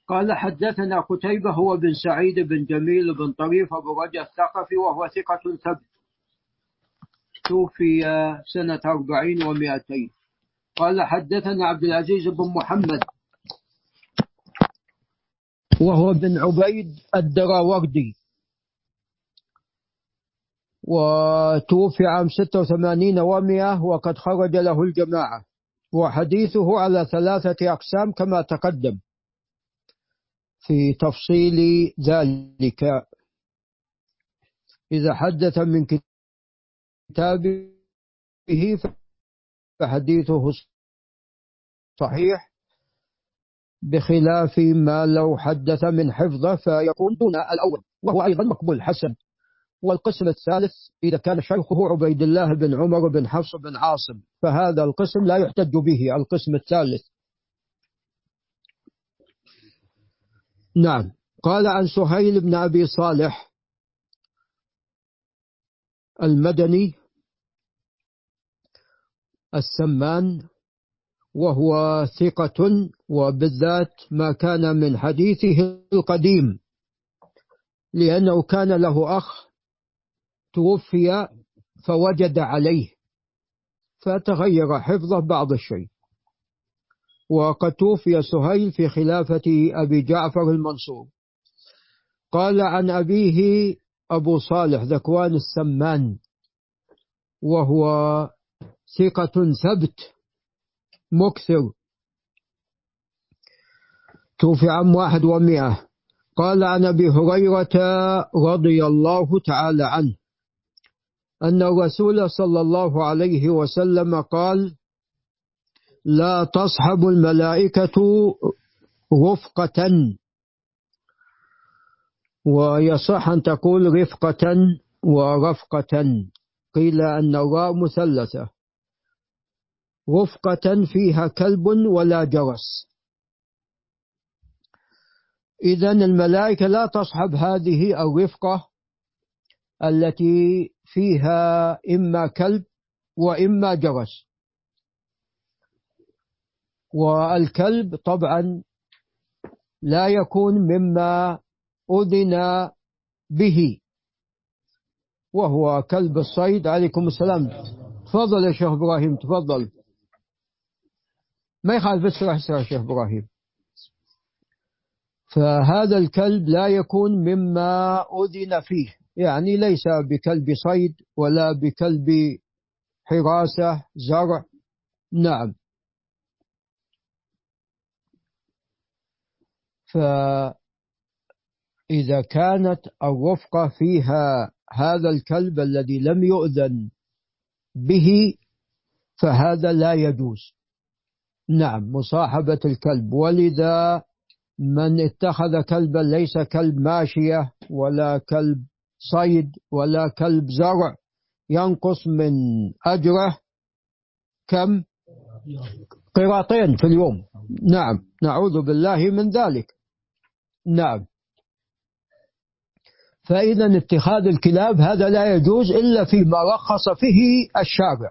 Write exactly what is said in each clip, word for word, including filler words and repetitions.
قال حدثنا قتيبة هو بن سعيد بن جميل بن طريف أبو رجاء الثقفي وهو ثقة ثبت، توفي سنة أربعين ومائتين. قال حدثنا عبد العزيز بن محمد وهو بن عبيد الدراوردي، وتوفي عام ستة وثمانين ومائة وقد خرج له الجماعة، وحديثه على ثلاثة أقسام كما تقدم في تفصيل ذلك. إذا حدث من كتابه فحديثه صحيح، بخلاف ما لو حدث من حفظه فيكون دون الأول، وهو أيضا مقبول حسن. والقسم الثالث إذا كان شيخه عبيد الله بن عمر بن حفص بن عاصم، فهذا القسم لا يحتج به، القسم الثالث. نعم. قال عن سهيل بن أبي صالح المدني السمان، وهو ثقة، وبالذات ما كان من حديثه القديم، لأنه كان له أخ توفي فوجد عليه فتغير حفظه بعض الشيء. وقد توفي سهيل في خلافة أبي جعفر المنصور. قال عن أبيه أبو صالح ذكوان السمان، وهو ثقة ثبت مكثر، توفي عام واحد ومائة. قال عن أبي هريرة رضي الله تعالى عنه أن الرسول صلى الله عليه وسلم قال: لا تصحب الملائكة رفقة، ويصح أن تقول رفقة ورفقة، قيل أن الراء مثلثة، رفقة فيها كلب ولا جرس. إذن الملائكة لا تصحب هذه الرفقة التي فيها إما كلب وإما جرس. والكلب طبعا لا يكون مما أذن به، وهو كلب الصيد. عليكم السلام. تفضل يا شيخ إبراهيم، تفضل. ما يخالف، اسرع اسرع يا شيخ إبراهيم. فهذا الكلب لا يكون مما أذن فيه، يعني ليس بكلب صيد ولا بكلب حراسة زرع. نعم. فإذا كانت الرفقة فيها هذا الكلب الذي لم يؤذن به فهذا لا يجوز. نعم، مصاحبة الكلب. ولذا من اتخذ كلبا ليس كلب ماشية ولا كلب صيد ولا كلب زرع ينقص من أجره كم؟ قراطين في اليوم. نعم، نعوذ بالله من ذلك. نعم. فإذا اتخاذ الكلاب هذا لا يجوز إلا فيما رخص فيه الشارع.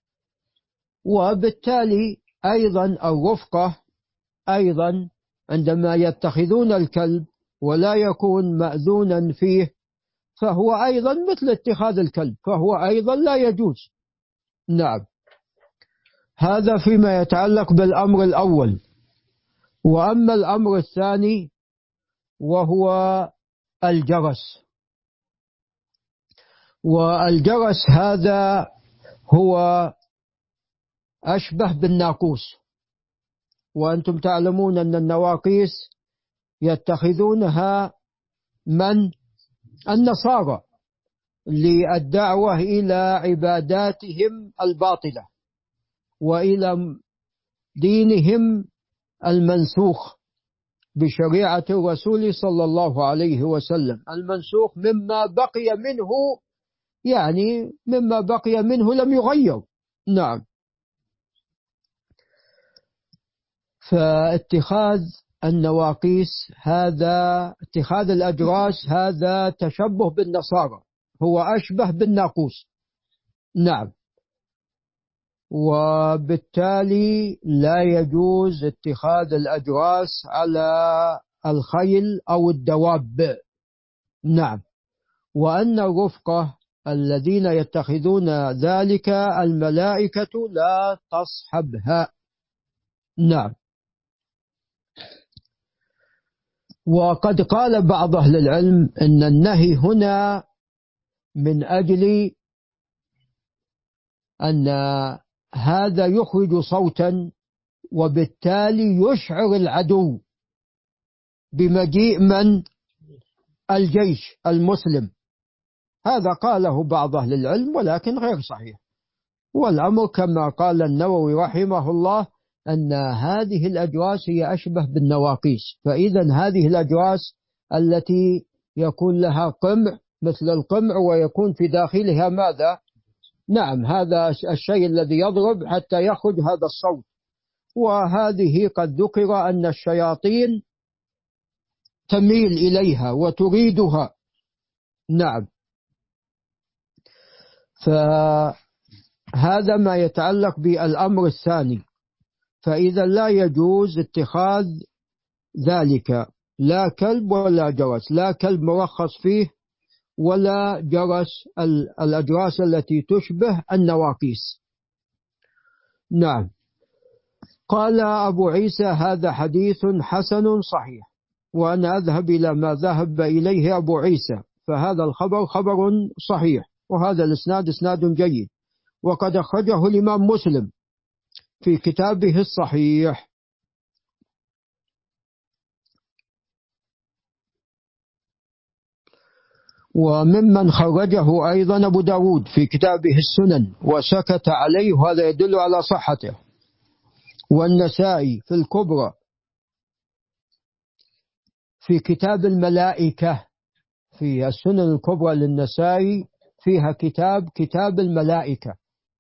وبالتالي أيضا الرفقة أيضا عندما يتخذون الكلب ولا يكون مأذونا فيه فهو أيضا مثل اتخاذ الكلب، فهو أيضا لا يجوز. نعم. هذا فيما يتعلق بالأمر الأول. وأما الأمر الثاني وهو الجرس، والجرس هذا هو أشبه بالناقوس، وأنتم تعلمون أن النواقيس يتخذونها من النصارى للدعوة إلى عباداتهم الباطلة وإلى دينهم المنسوخ بشريعة الرسول صلى الله عليه وسلم، المنسوخ مما بقي منه، يعني مما بقي منه لم يغير. نعم. فاتخاذ النواقيس هذا، اتخاذ الأجراس هذا تشبه بالنصارى، هو أشبه بالناقوس. نعم. وبالتالي لا يجوز اتخاذ الأجراس على الخيل أو الدواب. نعم. وأن الرفقة الذين يتخذون ذلك الملائكة لا تصحبها. نعم. وقد قال بعض أهل العلم أن النهي هنا من أجل أن هذا يخرج صوتا، وبالتالي يشعر العدو بمجيء من الجيش المسلم. هذا قاله بعض أهل العلم ولكن غير صحيح. والأمر كما قال النووي رحمه الله أن هذه الأجواس هي أشبه بالنواقيس، فإذا هذه الأجواس التي يكون لها قمع مثل القمع ويكون في داخلها ماذا؟ نعم، هذا الشيء الذي يضرب حتى يخرج هذا الصوت. وهذه قد ذكر أن الشياطين تميل إليها وتريدها. نعم. فهذا ما يتعلق بالأمر الثاني. فإذا لا يجوز اتخاذ ذلك، لا كلب ولا جرس، لا كلب مرخص فيه ولا جرس، الأجراس التي تشبه النواقيس. نعم. قال أبو عيسى هذا حديث حسن صحيح، وأنا أذهب إلى ما ذهب إليه أبو عيسى، فهذا الخبر خبر صحيح، وهذا الإسناد إسناد جيد، وقد أخرجه الإمام مسلم في كتابه الصحيح. وممن خرجه أيضا أبو داود في كتابه السنن وسكت عليه، وهذا يدل على صحته، والنسائي في الكبرى في كتاب الملائكة، في السنن الكبرى للنسائي فيها كتاب كتاب الملائكة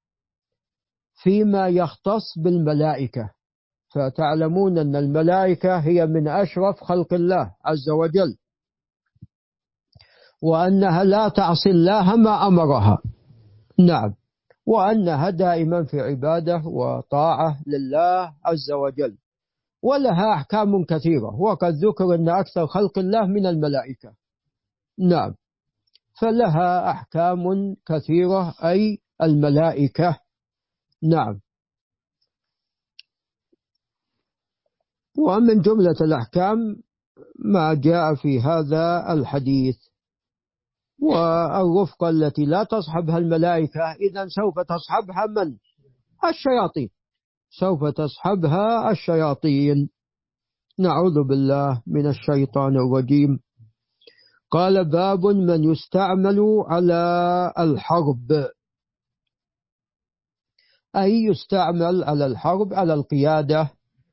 فيما يختص بالملائكة. فتعلمون أن الملائكة هي من أشرف خلق الله عز وجل، وأنها لا تعصي الله ما أمرها. نعم. وأنها دائما في عبادة وطاعة لله عز وجل، ولها أحكام كثيرة، وقد ذكر أن أكثر خلق الله من الملائكة. نعم. فلها أحكام كثيرة أي الملائكة. نعم. ومن جملة الأحكام ما جاء في هذا الحديث. والرفقة التي لا تصحبها الملائكة إذن سوف تصحبها من؟ الشياطين، سوف تصحبها الشياطين. نعوذ بالله من الشيطان الرجيم. قال باب من يستعمل على الحرب، أي يستعمل على الحرب، على القيادة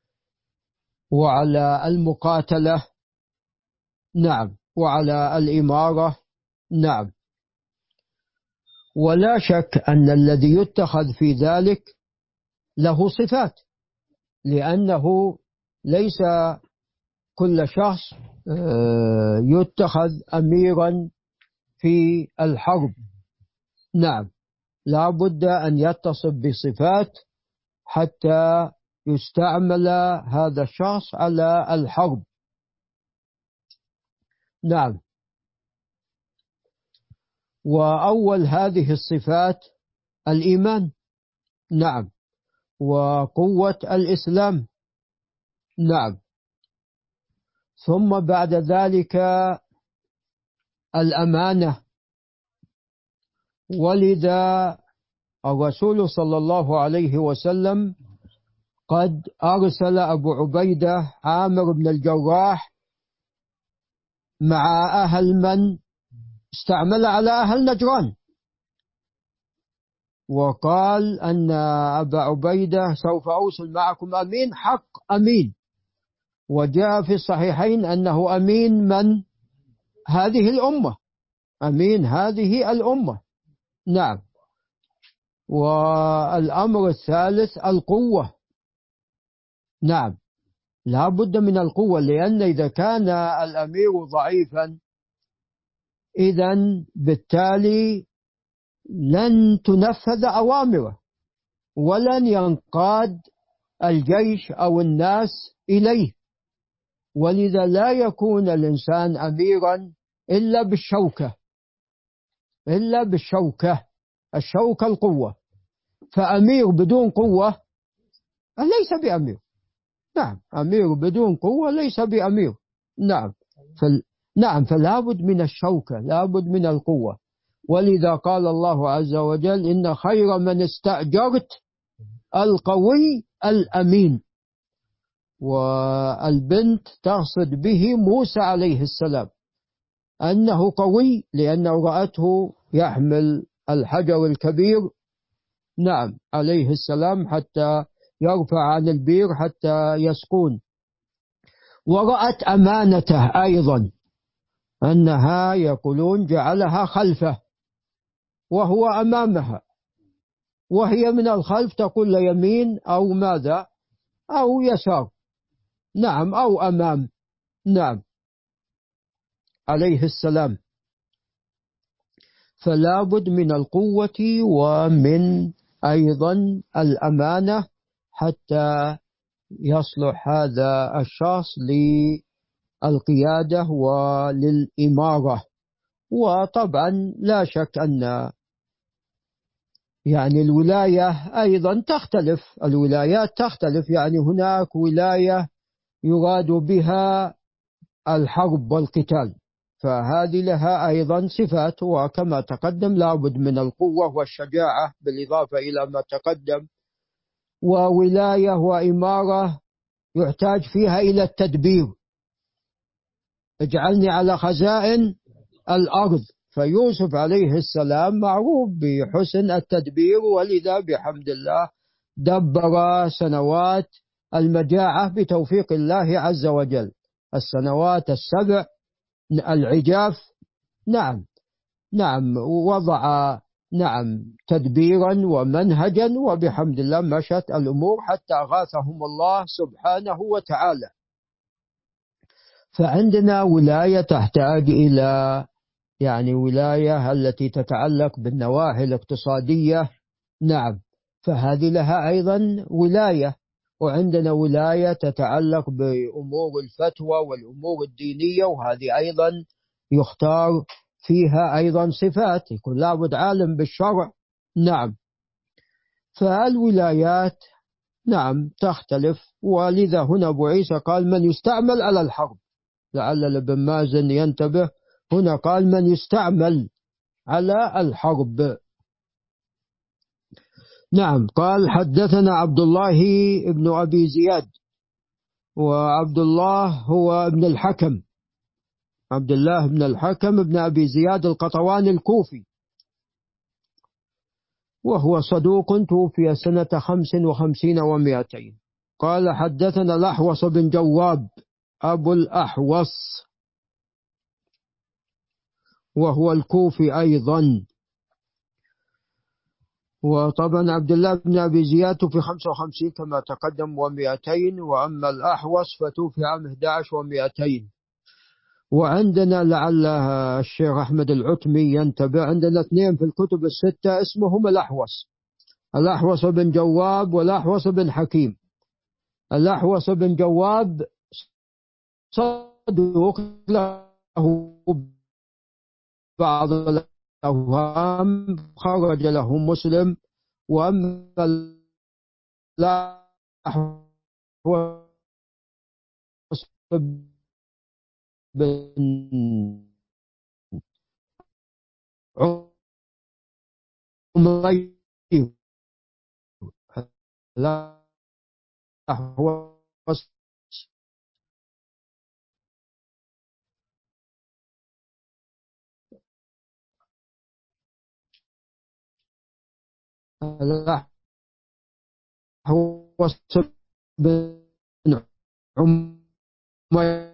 وعلى المقاتلة. نعم. وعلى الإمارة. نعم. ولا شك أن الذي يتخذ في ذلك له صفات، لأنه ليس كل شخص يتخذ أميرا في الحرب. نعم. لا بد أن يتصف بصفات حتى يستعمل هذا الشخص على الحرب. نعم. وأول هذه الصفات الإيمان. نعم. وقوة الإسلام. نعم. ثم بعد ذلك الأمانة. ولذا الرسول صلى الله عليه وسلم قد أرسل أبو عبيدة عامر بن الجراح مع أهل من استعمل على أهل نجران، وقال أن أبا عبيدة سوف أرسل معكم أمين حق أمين. وجاء في الصحيحين أنه أمين من هذه الأمة، أمين هذه الأمة. نعم. والأمر الثالث القوة. نعم. لا بد من القوة، لأن إذا كان الأمير ضعيفا إذن بالتالي لن تنفذ أوامره، ولن ينقاد الجيش أو الناس إليه. ولذا لا يكون الإنسان أميرا إلا بالشوكة، إلا بالشوكة. الشوكة القوة، فأمير بدون قوة ليس بأمير. نعم، أمير بدون قوة ليس بأمير. نعم. فل... نعم، فلا بد من الشوكة، لا بد من القوة. ولذا قال الله عز وجل: إن خير من استأجرت القوي الأمين. والبنت تقصد به موسى عليه السلام، أنه قوي لأنه رأته يحمل الحجر الكبير، نعم، عليه السلام، حتى يرفع عن البير حتى يسقون. ورأت أمانته أيضا، أنها يقولون جعلها خلفه وهو أمامها، وهي من الخلف تقول يمين أو ماذا أو يسار، نعم، أو أمام، نعم، عليه السلام. فلا بد من القوة ومن أيضا الأمانة حتى يصلح هذا الشخص للقيادة وللإمارة. وطبعا لا شك أن يعني الولاية أيضا تختلف، الولايات تختلف، يعني هناك ولاية يراد بها الحرب والقتال، فهذه لها أيضا صفات، وكما تقدم لابد من القوة والشجاعة بالإضافة إلى ما تقدم. وولاية وإمارة يحتاج فيها إلى التدبير، اجعلني على خزائن الأرض. فيوسف عليه السلام معروف بحسن التدبير، ولذا بحمد الله دبر سنوات المجاعة بتوفيق الله عز وجل، السنوات السبع العجاف. نعم، نعم، وضع نعم تدبيرا ومنهجا، وبحمد الله مشت الأمور حتى أغاثهم الله سبحانه وتعالى. فعندنا ولاية تحتاج إلى يعني ولاية التي تتعلق بالنواحي الاقتصادية، نعم، فهذه لها أيضا ولاية. وعندنا ولاية تتعلق بأمور الفتوى والأمور الدينية، وهذه أيضا يختار فيها أيضا صفات، يكون لابد عالم بالشرع، نعم. فالولايات نعم تختلف، ولذا هنا أبو عيسى قال من يستعمل على الحرب، لعل ابن مازن ينتبه، هنا قال من يستعمل على الحرب. نعم. قال حدثنا عبد الله بن أبي زياد، وعبد الله هو ابن الحكم، عبد الله بن الحكم بن أبي زياد القطواني الكوفي، وهو صدوق توفي سنة خمس وخمسين ومائتين. قال حدثنا الأحوص بن جواب أبو الأحوص، وهو الكوفي أيضا. وطبعا عبد الله بن أبي زياد توفي خمسة وخمسين كما تقدم ومائتين، وأما الأحوص فتوفي عام أحد عشر ومائتين. وعندنا لعل الشيخ أحمد العتمي ينتبه، عندنا اثنين في الكتب الستة اسمهم الأحوص، الأحوص بن جواب والأحوص بن حكيم. الأحوص بن جواب صدوق له بعض الأوهام، خرج له مسلم. وأما الأحوص بن عمير الأحوص الأحوص بن عمير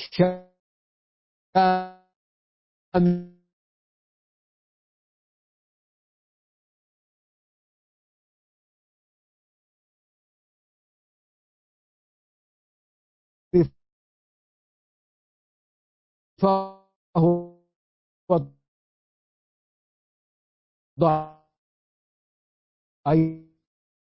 الشام فهو ضعيف.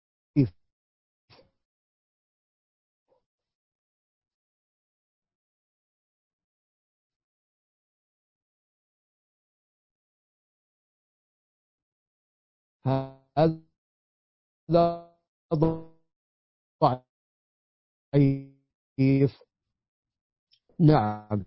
هذا ضعيف. نعم.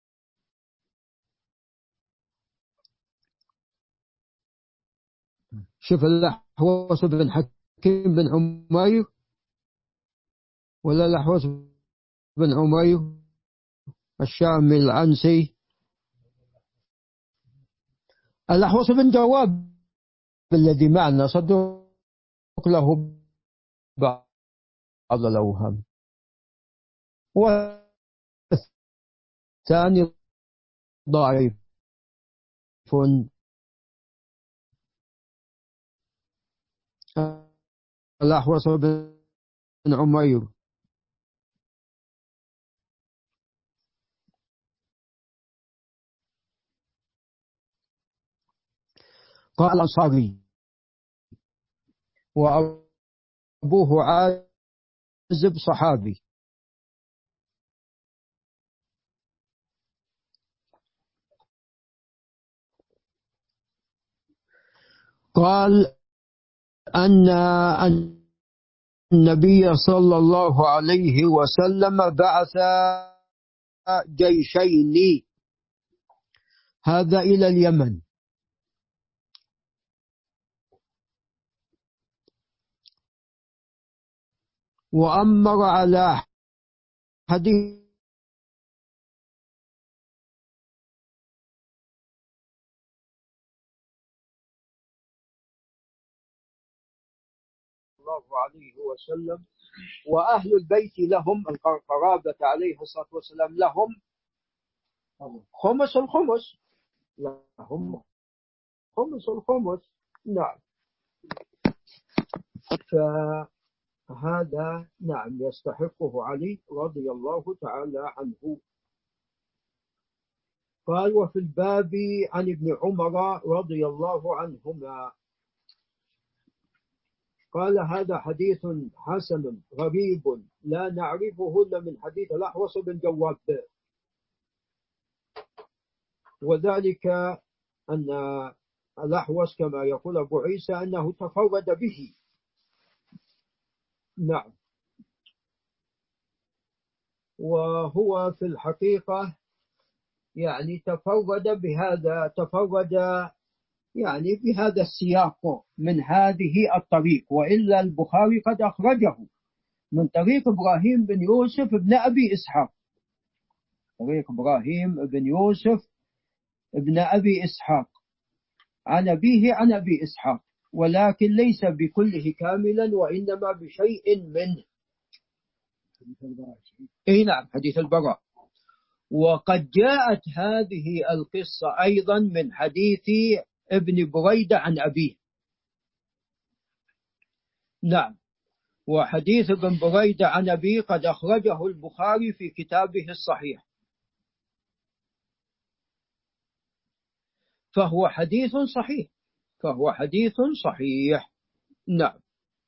شوف الأحوص بن حكيم بن عمير، ولا الأحوص بن عمير الشامي العنسي، الأحوص بن جواب الذي معنا صدق له بعض الأوهام، والثاني ضعيف. الأحوص بن عمير قال الأنصاري وأبوه عازب صحابي. قال أن النبي صلى الله عليه وسلم بعث جيشين، هذا إلى اليمن، وأمر على حديث الله عليه وسلم، وأهل البيت لهم القرابة عليه الصلاة والسلام لهم خمس الخمس، لهم خمس الخمس. نعم. فهذا نعم يستحقه علي رضي الله تعالى عنه. قال وفي الباب عن ابن عمر رضي الله عنهما قال هذا حديث حسن غريب لا نعرفه إلا من حديث الأحوص بن جواب، وذلك أن الأحوص كما يقول أبو عيسى أنه تفرد به. نعم. وهو في الحقيقة يعني تفرد بهذا، تفرد يعني بهذا السياق من هذه الطريق، وإلا البخاري قد أخرجه من طريق إبراهيم بن يوسف بن أبي إسحاق، طريق إبراهيم بن يوسف بن أبي إسحاق عن أبيه عن أبي إسحاق، ولكن ليس بكله كاملا وإنما بشيء منه. إيه نعم، حديث البراء. وقد جاءت هذه القصة أيضا من حديث ابن بريدة عن أبيه. نعم. وحديث ابن بريدة عن أبيه قد أخرجه البخاري في كتابه الصحيح، فهو حديث صحيح، فهو حديث صحيح. نعم.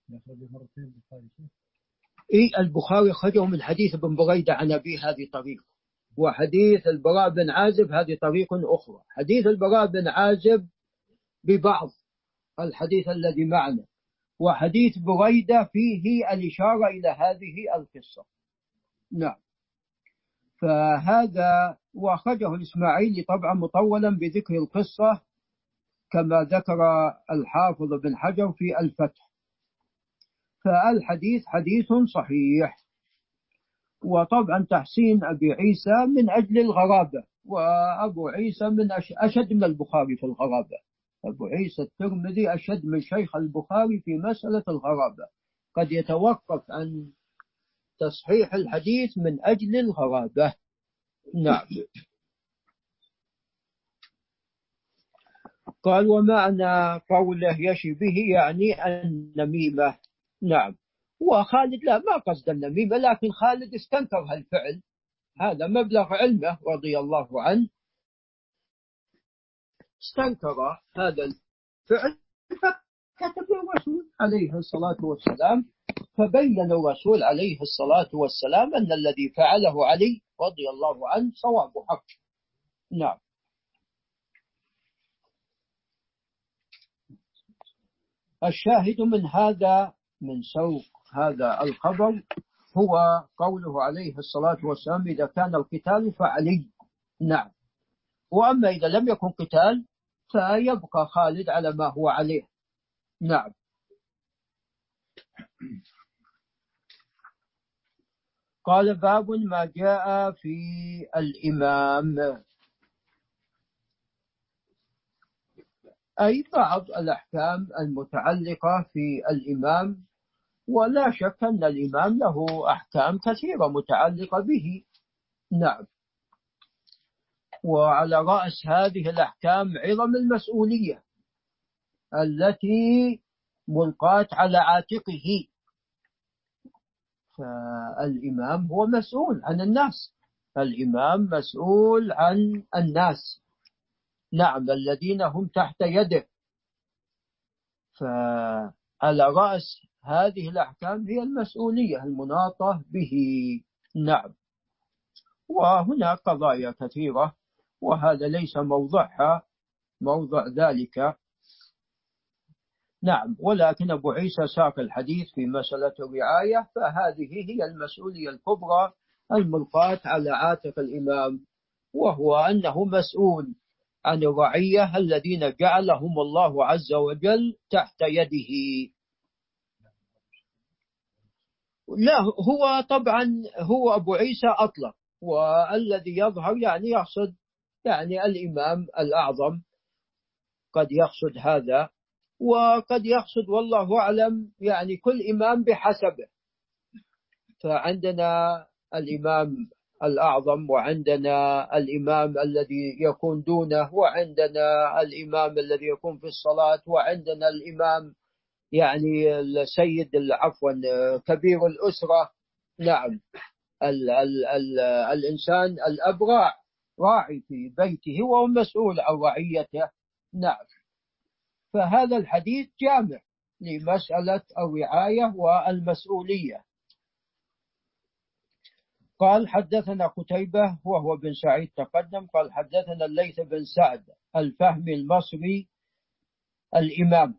إيه البخاري أخرجه من حديث ابن بريدة عن أبيه هذه طريق، وحديث البراء بن عازب هذه طريق أخرى. حديث البراء بن عازب ببعض الحديث الذي معنا، وحديث بريدة فيه الإشارة إلى هذه القصة. نعم. فهذا وأخرجه الإسماعيلي طبعا مطولا بذكر القصة كما ذكر الحافظ بن حجر في الفتح. فالحديث حديث صحيح. وطبعا تحسين أبي عيسى من أجل الغرابة، وأبو عيسى من أشد من البخاري في الغرابة. أبو عيسى الترمذي أشد من شيخ البخاري في مسألة الغرابة، قد يتوقف عن تصحيح الحديث من أجل الغرابة. نعم. قال ومعنى قوله يشي به يعني النميمة. نعم. وخالد لا ما قصد النميمة، لكن خالد استنكر هالفعل هذا مبلغ علمه رضي الله عنه، استنكر هذا الفعل فكتب الرسول عليه الصلاة والسلام، فبين الرسول عليه الصلاة والسلام أن الذي فعله علي رضي الله عنه صواب حق. نعم. الشاهد من هذا من سوق هذا الخبر هو قوله عليه الصلاة والسلام إذا كان القتال فعلي. نعم. وأما إذا لم يكن قتال فيبقى خالد على ما هو عليه. نعم. قال باب ما جاء في الإمام، أي بعض الأحكام المتعلقة في الإمام، ولا شك أن الإمام له أحكام كثيرة متعلقة به. نعم. وعلى رأس هذه الأحكام عظم المسؤولية التي ملقاة على عاتقه، فالإمام هو مسؤول عن الناس، الإمام مسؤول عن الناس. نعم، الذين هم تحت يده. فعلى رأس هذه الأحكام هي المسؤولية المناطة به. نعم. وهناك قضايا كثيرة وهذا ليس موضعها موضع ذلك. نعم. ولكن أبو عيسى ساق الحديث في مسألة الرعاية، فهذه هي المسؤولية الكبرى الملقاة على عاتق الإمام، وهو أنه مسؤول عن الرعية الذين جعلهم الله عز وجل تحت يده. لا، هو طبعا هو أبو عيسى أطلق، والذي يظهر يعني يقصد يعني الإمام الأعظم، قد يقصد هذا وقد يقصد والله أعلم يعني كل إمام بحسبه. فعندنا الإمام الأعظم، وعندنا الإمام الذي يكون دونه، وعندنا الإمام الذي يكون في الصلاة، وعندنا الإمام يعني السيد عفوا كبير الأسرة. نعم. ال ال ال الإنسان الأب راعي في بيته وهو مسؤول عن رعيته. نعم. فهذا الحديث جامع لمسألة الرعاية والمسؤولية. قال حدثنا قتيبة وهو بن سعيد تقدم، قال حدثنا الليث بن سعد الفهمي المصري الإمام.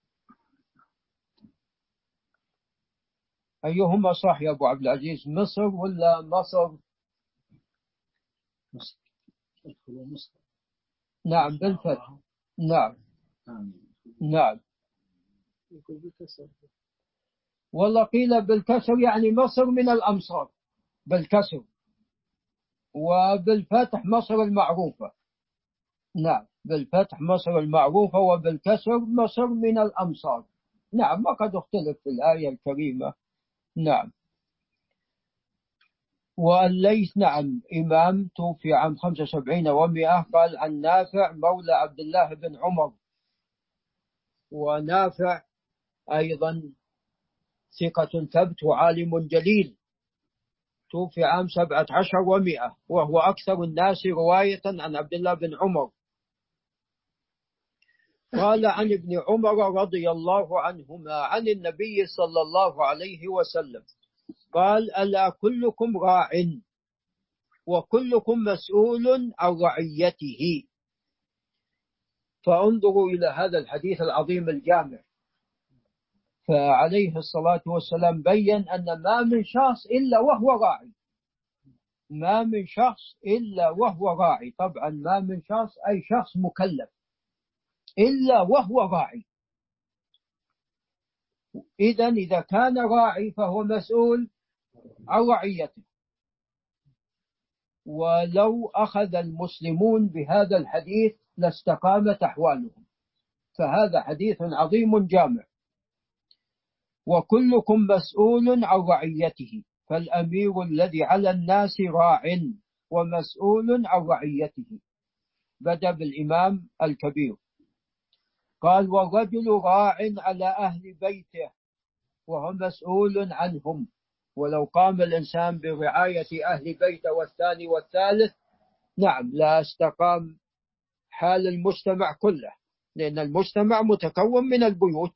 أيهما صح يا أبو عبد العزيز، مصر ولا مصر؟ مصر. نعم بالفتح. نعم. نعم. والله قيل بالكسر يعني مصر من الأمصار بالكسر، وبالفتح مصر المعروفة. نعم، بالفتح مصر المعروفة، وبالكسر مصر من الأمصار. نعم، وقد اختلف في الآية الكريمة. نعم. والليث نعم إمام توفي عام خمسة وسبعين ومئة. قال عن نافع مولى عبد الله بن عمر، ونافع أيضا ثقة ثبت وعالم جليل، توفي عام سبعة عشر ومئة، وهو أكثر الناس رواية عن عبد الله بن عمر. قال عن ابن عمر رضي الله عنهما عن النبي صلى الله عليه وسلم قال ألا كلكم راع وكلكم مسؤول عن رعيته. فانظروا إلى هذا الحديث العظيم الجامع. فعليه الصلاة والسلام بين أن ما من شخص إلا وهو راعي، ما من شخص إلا وهو راعي. طبعا ما من شخص أي شخص مكلف إلا وهو راعي. إذن إذا كان راعي فهو مسؤول عن رعيته. ولو أخذ المسلمون بهذا الحديث لاستقامت أحوالهم. فهذا حديث عظيم جامع. وكلكم مسؤول عن رعيته، فالأمير الذي على الناس راع ومسؤول عن رعيته. بدأ بالإمام الكبير. قال والرجل راع على أهل بيته وهو مسؤول عنهم. ولو قام الإنسان برعاية أهل بيته والثاني والثالث نعم لا استقام حال المجتمع كله، لأن المجتمع متكون من البيوت.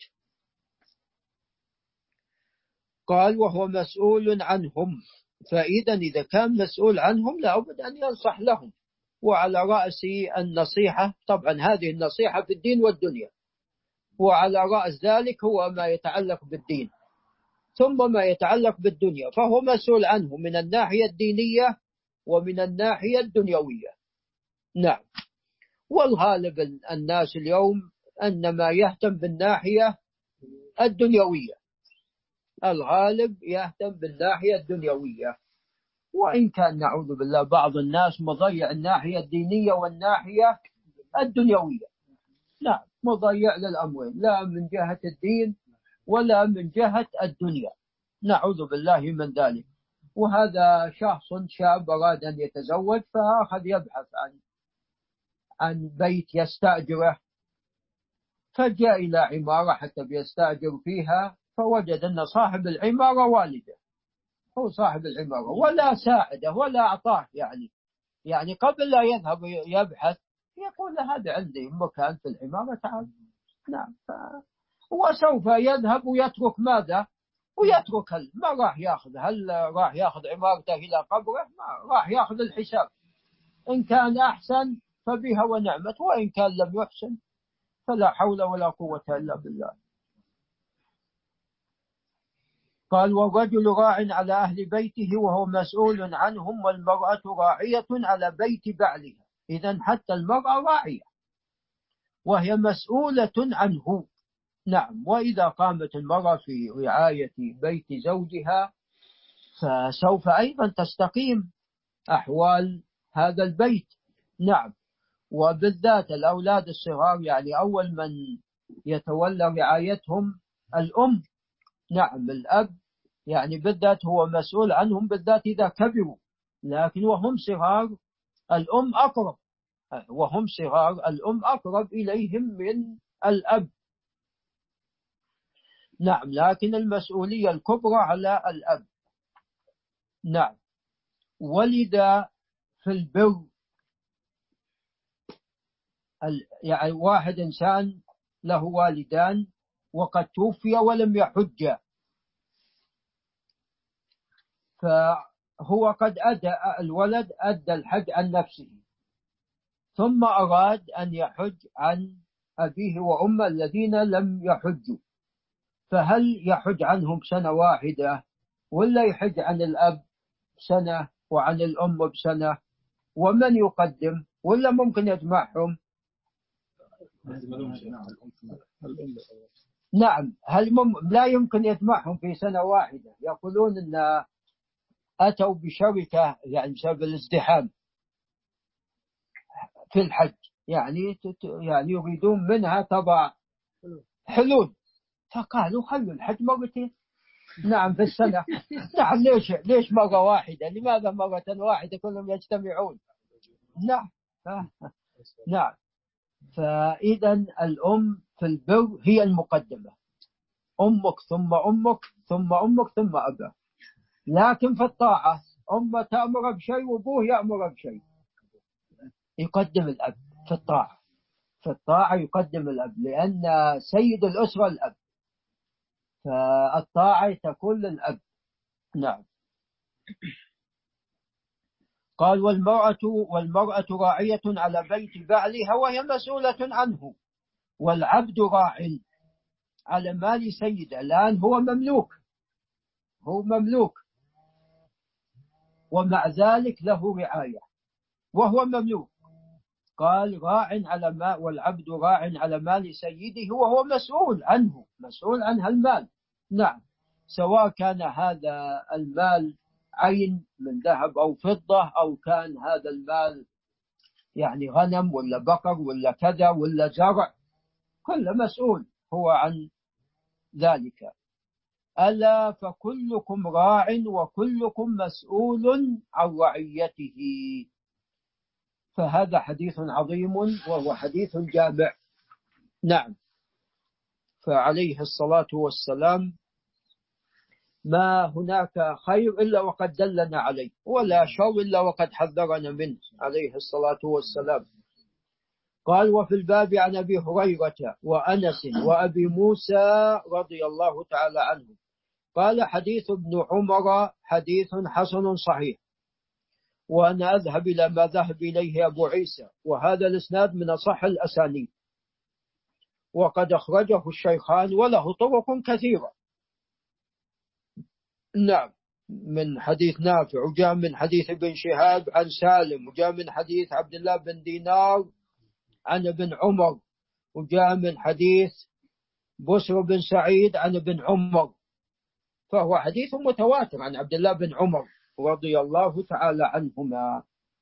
قال وهو مسؤول عنهم، فإذا إذا كان مسؤول عنهم لابد أن ينصح لهم، وعلى رأس النصيحة طبعا هذه النصيحة في الدين والدنيا، وعلى رأس ذلك هو ما يتعلق بالدين ثم ما يتعلق بالدنيا، فهو مسؤول عنه من الناحية الدينية ومن الناحية الدنيوية. نعم. والغالب الناس اليوم أنما يهتم بالناحية الدنيوية، الغالب يهتم بالناحية الدنيوية، وإن كان نعوذ بالله بعض الناس مضيع الناحية الدينية والناحية الدنيوية. نعم مضيع للأمرين، لا من جهة الدين ولا من جهة الدنيا، نعوذ بالله من ذلك. وهذا شخص شاب أراد أن يتزوج فأخذ يبحث عن عن بيت يستأجره، فجاء إلى عمارة حتى بيستأجر فيها، فوجد أن صاحب العمارة والده، هو صاحب العمارة، ولا ساعده ولا أعطاه، يعني يعني قبل لا يذهب يبحث يقول له هذا عندي مكان في العمارة تعال. نعم. وسوف يذهب ويترك ماذا؟ ويترك هل ما راح ياخذ، هل راح ياخذ عمارته إلى قبره؟ ما راح ياخذ الحساب، إن كان أحسن فبها ونعمت، وإن كان لم يحسن فلا حول ولا قوة إلا بالله. قال والرجل راع على أهل بيته وهو مسؤول عنهم، والمرأة راعية على بيت بعلها. إذن حتى المرأة راعية وهي مسؤولة عنه. نعم. وإذا قامت المرأة في رعاية بيت زوجها فسوف أيضا تستقيم أحوال هذا البيت. نعم. وبالذات الأولاد الصغار، يعني أول من يتولى رعايتهم الأم. نعم الأب يعني بالذات هو مسؤول عنهم، بالذات إذا كبروا، لكن وهم صغار الأم أقرب، وهم صغار الأم أقرب إليهم من الأب. نعم. لكن المسؤولية الكبرى على الأب. نعم. ولذا في البر يعني واحد إنسان له والدان وقد توفي ولم يحج، فهو قد أدى الولد أدى الحج عن نفسه، ثم أراد أن يحج عن أبيه وأمه الذين لم يحجوا، فهل يحج عنهم سنة واحدة ولا يحج عن الأب سنة وعن الأم بسنة؟ ومن يقدم؟ ولا ممكن يجمعهم؟ نعم. هل مم... لا يمكن يجمعهم في سنة واحدة. يقولون أن أتوا بشركة يعني بسبب الازدحام في الحج، يعني تت... يعني يريدون منها طبع حلول، فقالوا خلوا الحج مرتين. نعم في السنة. نعم. ليش ليش مرة واحدة؟ لماذا مرة واحدة كلهم يجتمعون؟ نعم. نعم. فإذا الأم في البر هي المقدمة، أمك ثم أمك ثم أمك ثم أباك. لكن في الطاعة أمه تأمر بشيء وأبوه يأمر بشيء، يقدم الأب في الطاعة. في الطاعة يقدم الأب، لأن سيد الأسرة الأب، فالطاعة تكون للأب. نعم. قال والمرأة والمرأة راعية على بيت بعلها وهي مسؤولة عنه، والعبد راع على مال سيده. الآن هو مملوك، هو مملوك ومع ذلك له رعاية وهو مملوك. قال راع على ما والعبد راع على مال سيده وهو مسؤول عنه، مسؤول عن هالمال. نعم. سواء كان هذا المال عين من ذهب أو فضة، أو كان هذا المال يعني غنم ولا بقر ولا كذا ولا زرع، كل مسؤول هو عن ذلك. ألا فكلكم راع وكلكم مسؤول عن رعيته. فهذا حديث عظيم وهو حديث جامع. نعم. فعليه الصلاة والسلام ما هناك خير إلا وقد دلنا عليه، ولا شر إلا وقد حذرنا منه عليه الصلاة والسلام. قال: وفي الباب عن أبي هريرة وأنس وأبي موسى رضي الله تعالى عنهم. قال: حديث ابن عمر حديث حسن صحيح، وأنا أذهب إلى ما ذهب إليه أبو عيسى، وهذا الإسناد من أصح الأسانيد، وقد أخرجه الشيخان وله طرق كثيرة. نعم، من حديث نافع، وجاء من حديث ابن شهاب عن سالم، وجاء من حديث عبد الله بن دينار عن ابن عمر، وجاء من حديث بسر بن سعيد عن ابن عمر، فهو حديث متواتر عن عبد الله بن عمر رضي الله تعالى عنهما.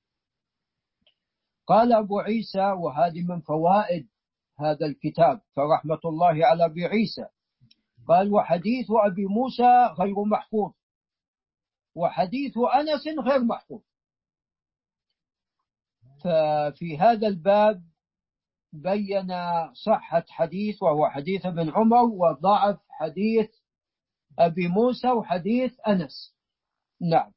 قال أبو عيسى: وهذه من فوائد هذا الكتاب، فرحمة الله على أبي عيسى. قال: وحديث أبي موسى غير محفوظ، وحديث أنس غير محفوظ. ففي هذا الباب بين صحة حديث وهو حديث ابن عمر، وضعف حديث أبي موسى وحديث أنس. نعم.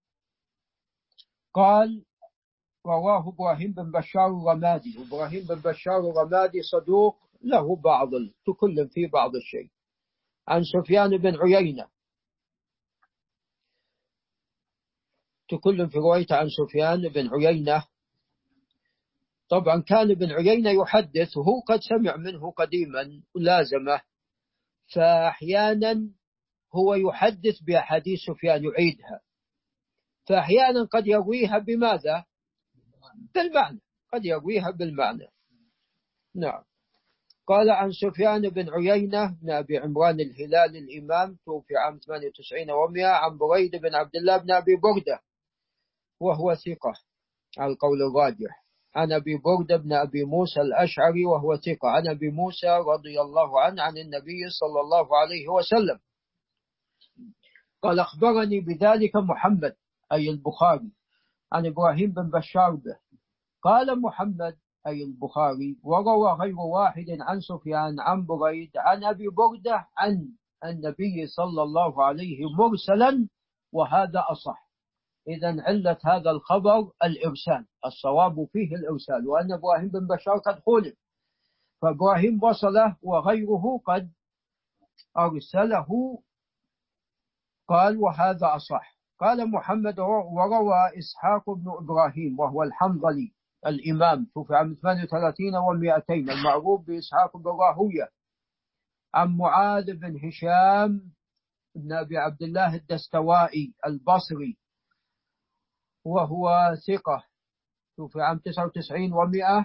قال: رواه إبراهيم بن بشار الرمادي، وإبراهيم بن بشار الرمادي صدوق له بعض تكلم في بعض الشيء. عن سفيان بن عيينة، تكلم في روايته عن سفيان بن عيينة. طبعا كان ابن عيينة يحدث وهو قد سمع منه قديما ولازمه، فأحيانا هو يحدث بأحاديث سفيان يعيدها، فأحيانا قد يرويها بماذا؟ بالمعنى، قد يرويها بالمعنى. نعم. قال: عن سفيان بن عيينة بن أبي عمران الهلال الإمام، توفي عام ثمانية وتسعين ومئة، عن بريد بن عبد الله بن أبي بردة، وهو ثقة على القول الراجح، عن أبي بردة بن أبي موسى الأشعري، وهو ثقة، عن أبي موسى رضي الله عنه عن النبي صلى الله عليه وسلم قال: أخبرني بذلك محمد، أي البخاري، عن إبراهيم بن بشار به. قال محمد أي البخاري: وروى غير واحد عن سفيان عن بريد عن أبي بردة عن النبي صلى الله عليه مرسلا، وهذا أصح. إذن علة هذا الخبر الإرسال، الصواب فيه الإرسال، وأن إبراهيم بن بشار قد خولف، فإبراهيم وصله وغيره قد أرسله. قال: وهذا أصح. قال محمد: وروى إسحاق بن إبراهيم وهو الحنظلي الإمام، توفي عام ثمانية وثلاثين ومئتين، المعروف بإسحاق بن راهوية، عن معاذ بن هشام بن أبي عبد الله الدستوائي البصري، وهو ثقة، توفي عام تسعة وتسعين ومئة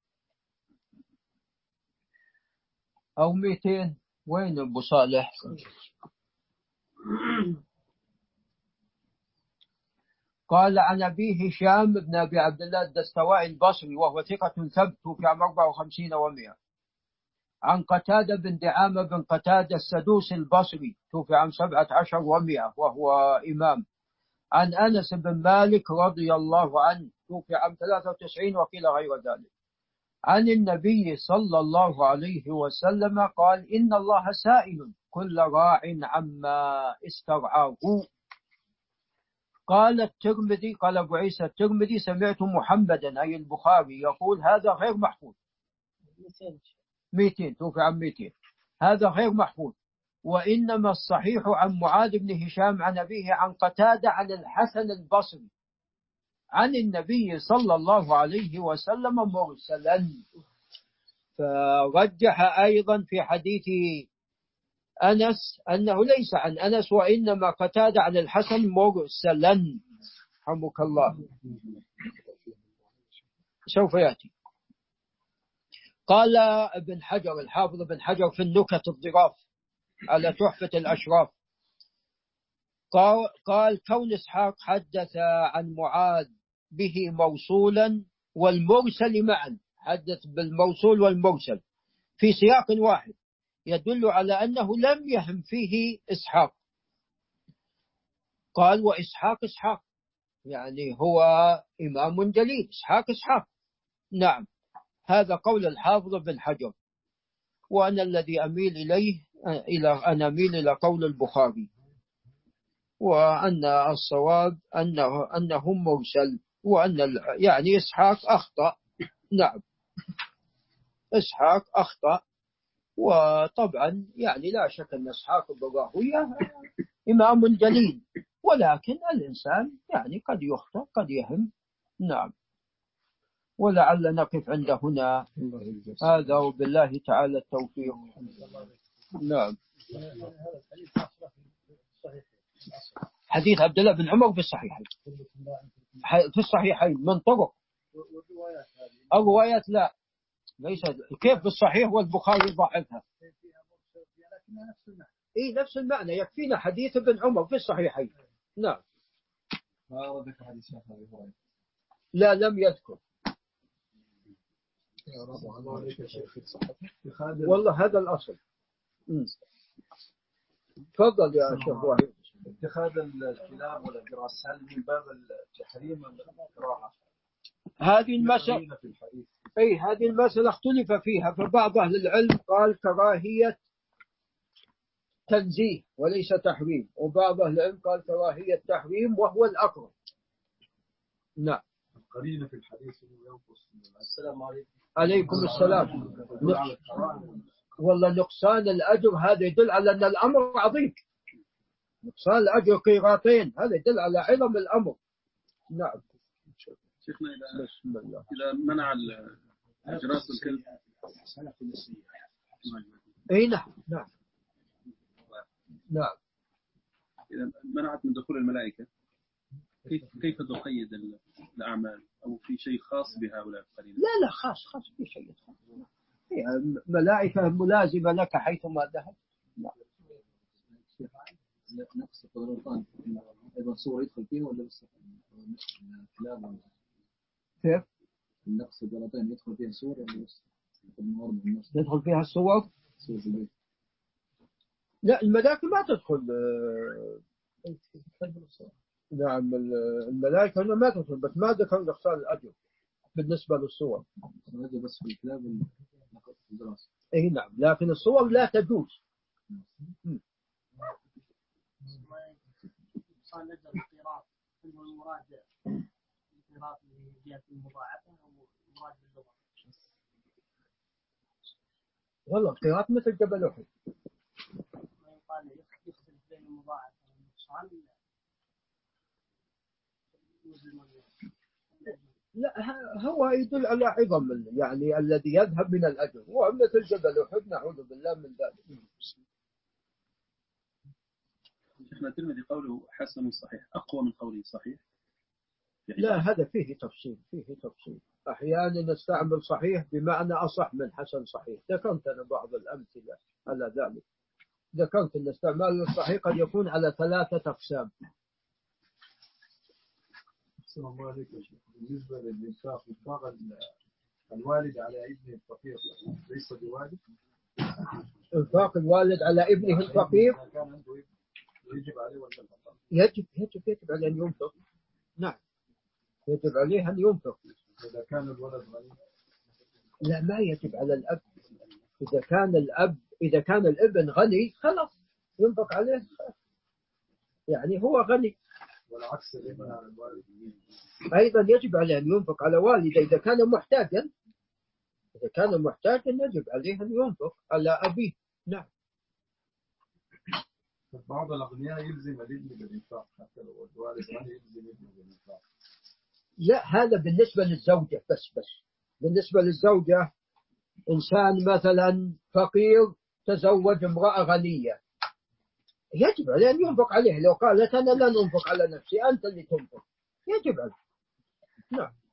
أو مئتين. وين أبو صالح؟ قال: عن أبي هشام بن أبي عبد الله الدستوائي البصري، وهو ثقة ثبت، في عام أربعة وخمسين ومئة. عن قتادة بن دعامة بن قتادة السدوسي البصري، توفي عام سبعة عشر ومئة، وهو إمام. عن أنس بن مالك رضي الله عنه، توفي عام ثلاثة وتسعين، وقيل غير ذلك. عن النبي صلى الله عليه وسلم قال: إن الله سائل كل راع عما استرعاه. قال الترمذي، قال أبو عيسى الترمذي: سمعت محمدا أي البخاري يقول: هذا غير محفوظ. مئتين، توفي عن مئتين، هذا غير محفوظ. وإنما الصحيح عن معاذ بن هشام عن أبيه عن قتادة عن الحسن البصري عن النبي صلى الله عليه وسلم مرسلا. فرجح أيضا في حديث أنس أنه ليس عن أنس، وإنما قتادة عن الحسن مرسلا. رحمك الله. سوف يأتي. قال ابن حجر الحافظ ابن حجر في النكت الظراف على تحفة الأشراف، قال, قال كون إسحاق حدث عن معاذ به موصولا والمرسل معا، حدث بالموصول والمرسل في سياق واحد، يدل على أنه لم يهم فيه إسحاق. قال: وإسحاق إسحاق، يعني هو إمام جليل، إسحاق إسحاق. نعم، هذا قول الحافظ بن حجر، وأنا الذي أميل إليه إلى أن أميل إلى قول البخاري. وأن الصواب أنه أنه مرسل، وأن يعني إسحاق أخطأ. نعم، إسحاق أخطأ. وطبعا يعني لا شك أن إسحاق بن راهويه إمام جليل، ولكن الإنسان يعني قد يخطئ قد يهم. نعم، ولعل نقف عند هنا. هذا وبالله تعالى التوفيق. نعم. حديث عبد الله بن عمر في الصحيحين، في الصحيحين من طرق. الروايات لا، ليس كيف بالصحيح والبخاري ضعفها. إيه نفس المعنى، يكفينا حديث ابن عمر في الصحيحين. نعم. لا لم يذكر. والله هذا الأصل. تفضل يا شيخ واحد. اتخاذ الكلاب والأجراس هل من باب التحريم أم الكراهة؟ هذه المسألة أي هذه المسألة اختلف فيها، فبعض أهل العلم قال كراهية تنزيه وليس تحريم، وبعض أهل العلم قال كراهية تحريم وهو الأقرب. نعم. القرينة في الحديث ينقص. السلام عليكم. عليكم السلام. والله نقصان الأجر هذا يدل على أن الأمر عظيم. نقصان الأجر قيراطين، هذا يدل على عظم الأمر. نعم. شيخنا إذا بسم الله إذا منع الأجراس والكلب. أي نعم نعم نعم. إذا منعت من دخول الملائكة، كيف كيف تقيد الأعمال أو في شيء خاص بهؤلاء القرينة؟ لا لا خاص خاص في شيء خاص. هي ملائكة ملازمة لك حيثما ذهب. نعم. نقص الطيران أيضا صور يدخل فيه ولا بس الكلام؟ كيف؟ النقص الطيران يدخل فيها صور ولا بس يدخل فيها الصور؟ صور في البيت. لا الملائكة ما تدخل. نعم الملائكة هنا ما تدخل، بس ما ذكر نقصان الأجر بالنسبة للصور. بس في الكلاب الدراسة. أي نعم، لكن الصور لا تجوز. صار نزل القراء هو المراد القراء من جهة المضاعفة أو المراد باللغة؟ والله القراءة مثل جبل أحد. ما يقال يختلف بين المضاعفة والنقصان. لا هو يدل على عظم يعني الذي يذهب من الأجر، ومثل جبل أحد نعوذ بالله من ذلك. شيخنا الترمذي قوله حسن صحيح أقوى من قوله صحيح. لا هذا فيه تفصيل، فيه تفصيل. أحيانا نستعمل صحيح بمعنى أصح من حسن صحيح. ذكرت أنا بعض الأمثلة على ذلك. ذكرت أن استعمال الصحيح قد يكون على ثلاثة أقسام. السلام عليكم. بالنسبة للإنفاق، إنفاق الوالد على ابنه الفقير ليس بواجب؟ إنفاق الوالد على ابنه الفقير كان عنده ابن يجب عليه ولا لا؟ يجب يجب يجب عليه أن ينفق. نعم يجب عليه أن ينفق. إذا كان الولد غني؟ لا ما يجب على الأب. إذا كان الأب إذا كان الابن غني خلاص ينفق عليه، يعني هو غني. والعكس الابن على الوالد أيضا يجب عليه أن ينفق على والده إذا كان محتاجا. إذا كان محتاجا يجب عليه أن ينفق على أبيه. نعم. بعض الأغنياء يلزم الابن بالإنفاق حتى لو الوالد غني يلزم ابنه بالإنفاق. لا هذا بالنسبة للزوجة بس بس بالنسبة للزوجة إنسان مثلا فقير تزوج امرأة غنية يجب عليه أن ينفق عليه. لو قالت أنا لا أنفق على نفسي أنت اللي تنفق يجب عليه. نعم.